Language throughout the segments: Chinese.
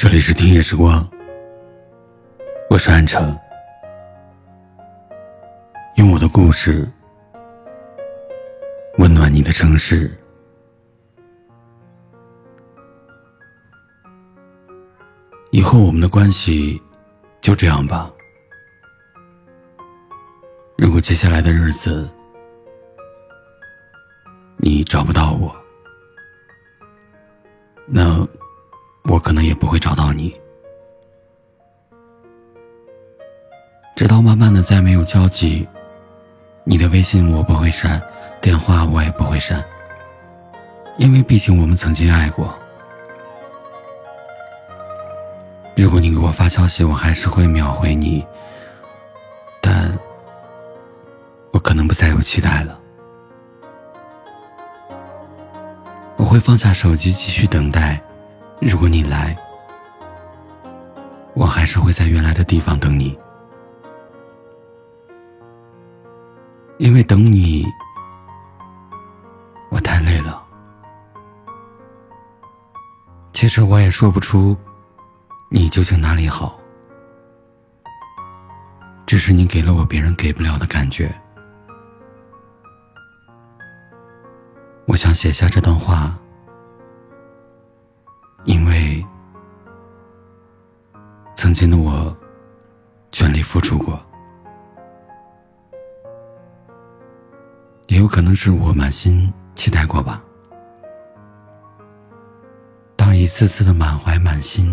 这里是听夜时光，我是安城，用我的故事温暖你的城市。以后我们的关系就这样吧，如果接下来的日子你找不到我，那我可能也不会找到你，直到慢慢的再没有交集，你的微信我不会删，电话我也不会删，因为毕竟我们曾经爱过。如果你给我发消息，我还是会秒回你，但我可能不再有期待了。我会放下手机继续等待，如果你来，我还是会在原来的地方等你，因为等你我太累了。其实我也说不出你究竟哪里好，只是你给了我别人给不了的感觉。我想写下这段话，因为曾经的我全力付出过，也有可能是我满心期待过吧。当一次次的满怀满心，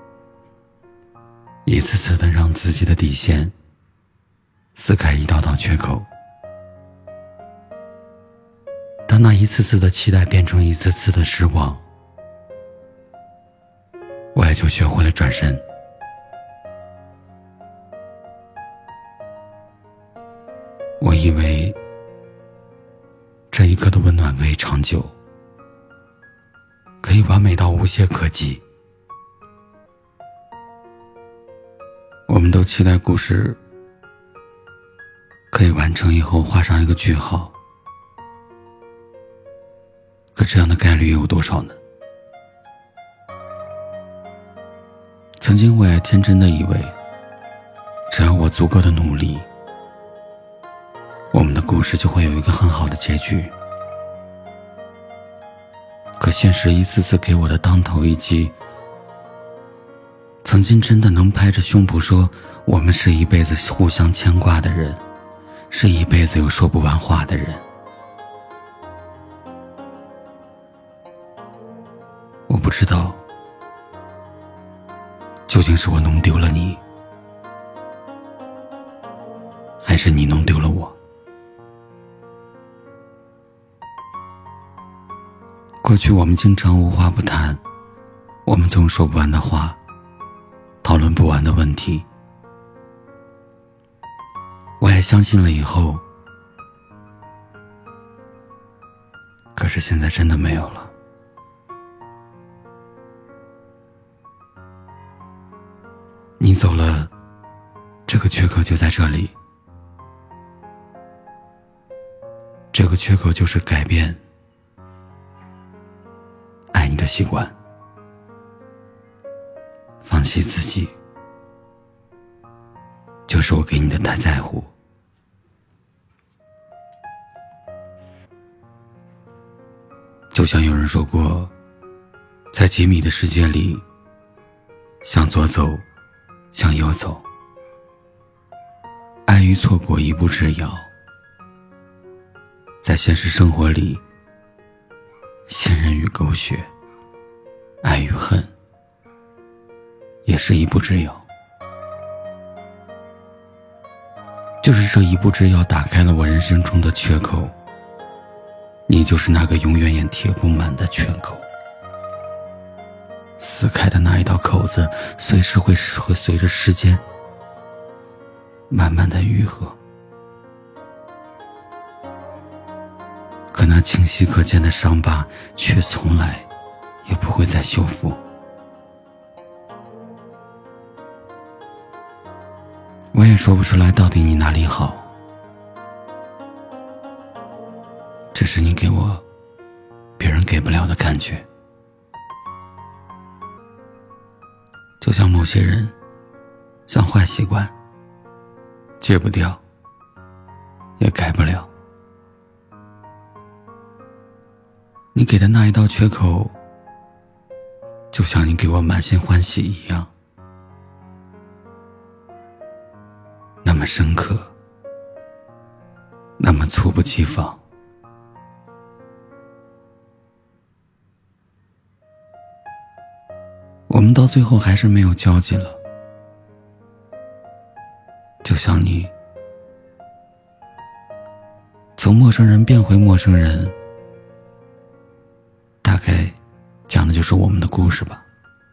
一次次的让自己的底线撕开一道道缺口，当那一次次的期待变成一次次的失望，我也就学会了转身。我以为这一刻的温暖可以长久，可以完美到无懈可击。我们都期待故事可以完成以后画上一个句号，可这样的概率有多少呢？曾经我也天真的以为，只要我足够的努力，我们的故事就会有一个很好的结局。可现实一次次给我的当头一击，曾经真的能拍着胸脯说我们是一辈子互相牵挂的人，是一辈子有说不完话的人。我不知道究竟是我弄丢了你，还是你弄丢了我。过去我们经常无话不谈，我们总说不完的话，讨论不完的问题。我也相信了以后，可是现在真的没有了。你走了，这个缺口就在这里，这个缺口就是改变爱你的习惯，放弃自己，就是我给你的太在乎。就像有人说过，在几米的世界里，向左走，向右走，爱与错过一步之遥。在现实生活里，信任与狗血，爱与恨，也是一步之遥。就是这一步之遥打开了我人生中的缺口，你就是那个永远也贴不满的缺口。撕开的那一道口子，随时会随着时间慢慢的愈合，可那清晰可见的伤疤却从来也不会再修复。我也说不出来到底你哪里好，只是你给我别人给不了的感觉。 就像某些人，像坏习惯，戒不掉，也改不了。你给的那一道缺口，就像你给我满心欢喜一样，那么深刻，那么猝不及防。我们到最后还是没有交集了，就像你从陌生人变回陌生人，大概讲的就是我们的故事吧。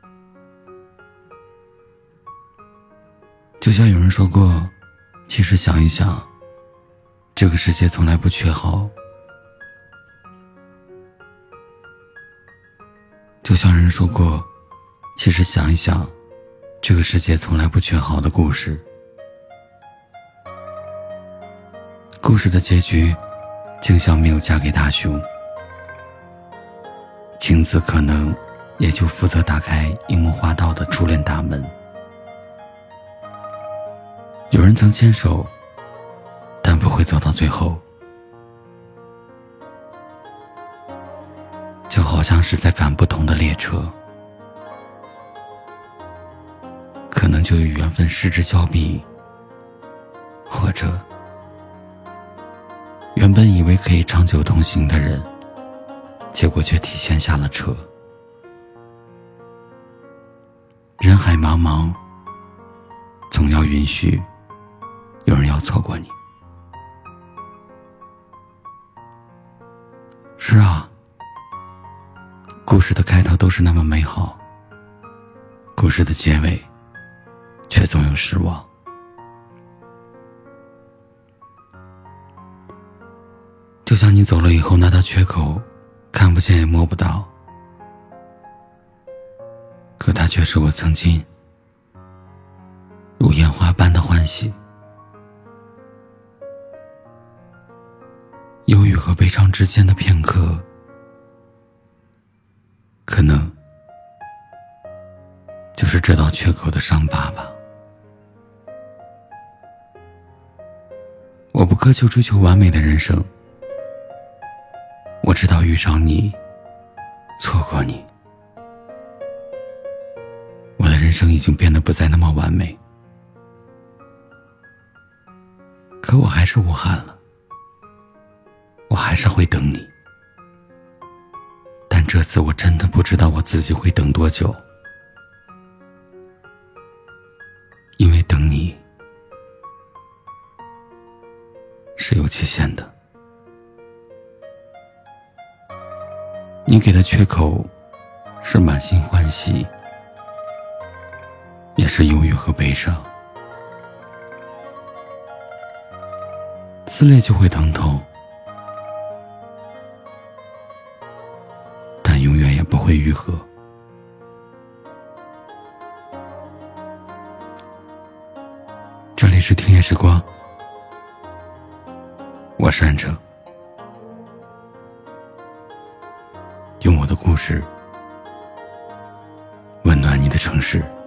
就像有人说过，其实想一想，这个世界从来不缺好。就像人说过，其实想一想，这个世界从来不缺好的故事。故事的结局，静香没有嫁给大雄，晴子可能也就负责打开樱木花道的初恋大门。有人曾牵手，但不会走到最后，就好像是在赶不同的列车，可能就有缘分失之交臂，或者原本以为可以长久同行的人，结果却提前下了车。人海茫茫，总要允许有人要错过你。是啊，故事的开头都是那么美好，故事的结尾却总有失望。就像你走了以后，那道缺口看不见也摸不到，可它却是我曾经如烟花般的欢喜。忧郁和悲伤之间的片刻，可能就是这道缺口的伤疤吧。我不苛求追求完美的人生，我知道遇上你，错过你，我的人生已经变得不再那么完美，可我还是无憾了，我还是会等你。但这次我真的不知道我自己会等多久，因为等你是有期限的。你给的缺口是满心欢喜，也是忧郁和悲伤。撕裂就会疼痛，但永远也不会愈合。这里是听夜时光，我是安哲，用我的故事温暖你的城市。